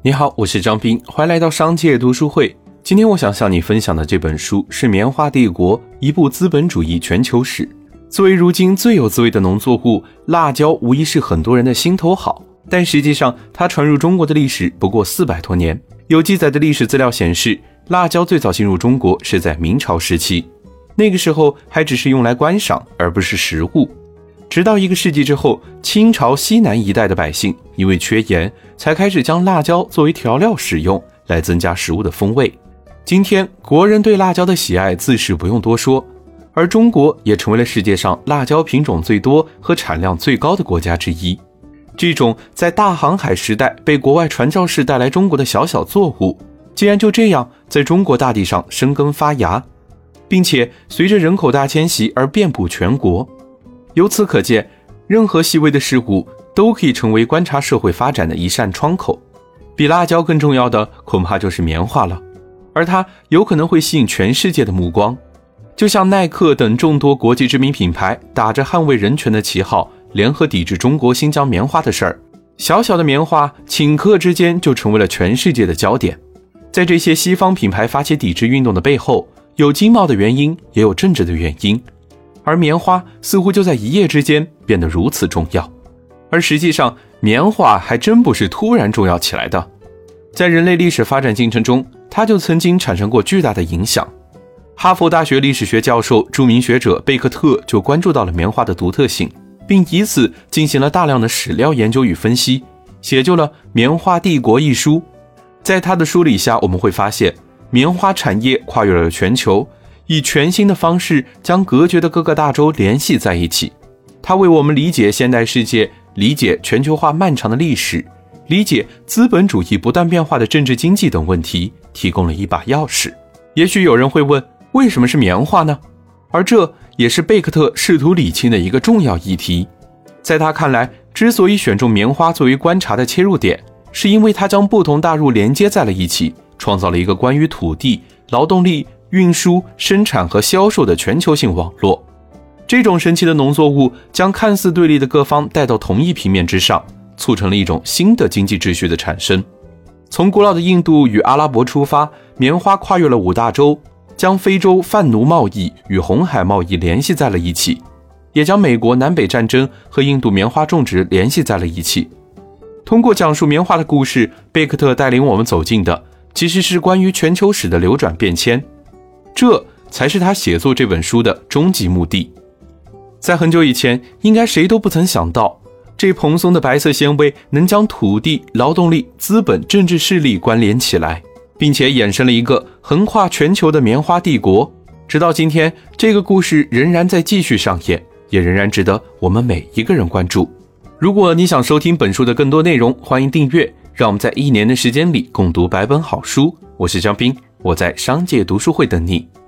你好，我是张斌，欢迎来到商界读书会。今天我想向你分享的这本书是《棉花帝国：一部资本主义全球史》。作为如今最有滋味的农作物，辣椒无疑是很多人的心头好，但实际上它传入中国的历史不过400多年。有记载的历史资料显示，辣椒最早进入中国是在明朝时期，那个时候还只是用来观赏，而不是食物。直到1个世纪之后，清朝西南一带的百姓因为缺盐，才开始将辣椒作为调料使用，来增加食物的风味。今天国人对辣椒的喜爱自是不用多说，而中国也成为了世界上辣椒品种最多和产量最高的国家之一。这种在大航海时代被国外传教士带来中国的小小作物，竟然就这样在中国大地上生根发芽，并且随着人口大迁徙而遍布全国。由此可见，任何细微的事物都可以成为观察社会发展的一扇窗口。比辣椒更重要的恐怕就是棉花了，而它有可能会吸引全世界的目光。就像耐克等众多国际知名品牌打着捍卫人权的旗号，联合抵制中国新疆棉花的事儿，小小的棉花顷刻之间就成为了全世界的焦点。在这些西方品牌发起抵制运动的背后，有经贸的原因，也有政治的原因。而棉花似乎就在一夜之间变得如此重要，而实际上棉花还真不是突然重要起来的，在人类历史发展进程中，它就曾经产生过巨大的影响。哈佛大学历史学教授、著名学者贝克特就关注到了棉花的独特性，并以此进行了大量的史料研究与分析，写就了《棉花帝国》一书。在他的梳理下，我们会发现棉花产业跨越了全球，以全新的方式将隔绝的各个大洲联系在一起。它为我们理解现代世界、理解全球化漫长的历史、理解资本主义不断变化的政治经济等问题提供了一把钥匙。也许有人会问，为什么是棉花呢？而这也是贝克特试图理清的一个重要议题。在他看来，之所以选中棉花作为观察的切入点，是因为它将不同大陆连接在了一起，创造了一个关于土地、劳动力、运输、生产和销售的全球性网络。这种神奇的农作物将看似对立的各方带到同一平面之上，促成了一种新的经济秩序的产生。从古老的印度与阿拉伯出发，棉花跨越了5大洲，将非洲贩奴贸易与红海贸易联系在了一起，也将美国南北战争和印度棉花种植联系在了一起。通过讲述棉花的故事，贝克特带领我们走进的其实是关于全球史的流转变迁，这才是他写作这本书的终极目的。在很久以前，应该谁都不曾想到，这蓬松的白色纤维能将土地、劳动力、资本、政治势力关联起来，并且衍生了一个横跨全球的棉花帝国。直到今天，这个故事仍然在继续上演，也仍然值得我们每一个人关注。如果你想收听本书的更多内容，欢迎订阅，让我们在1年的时间里共读100本好书。我是张斌，我在商界读书会等你。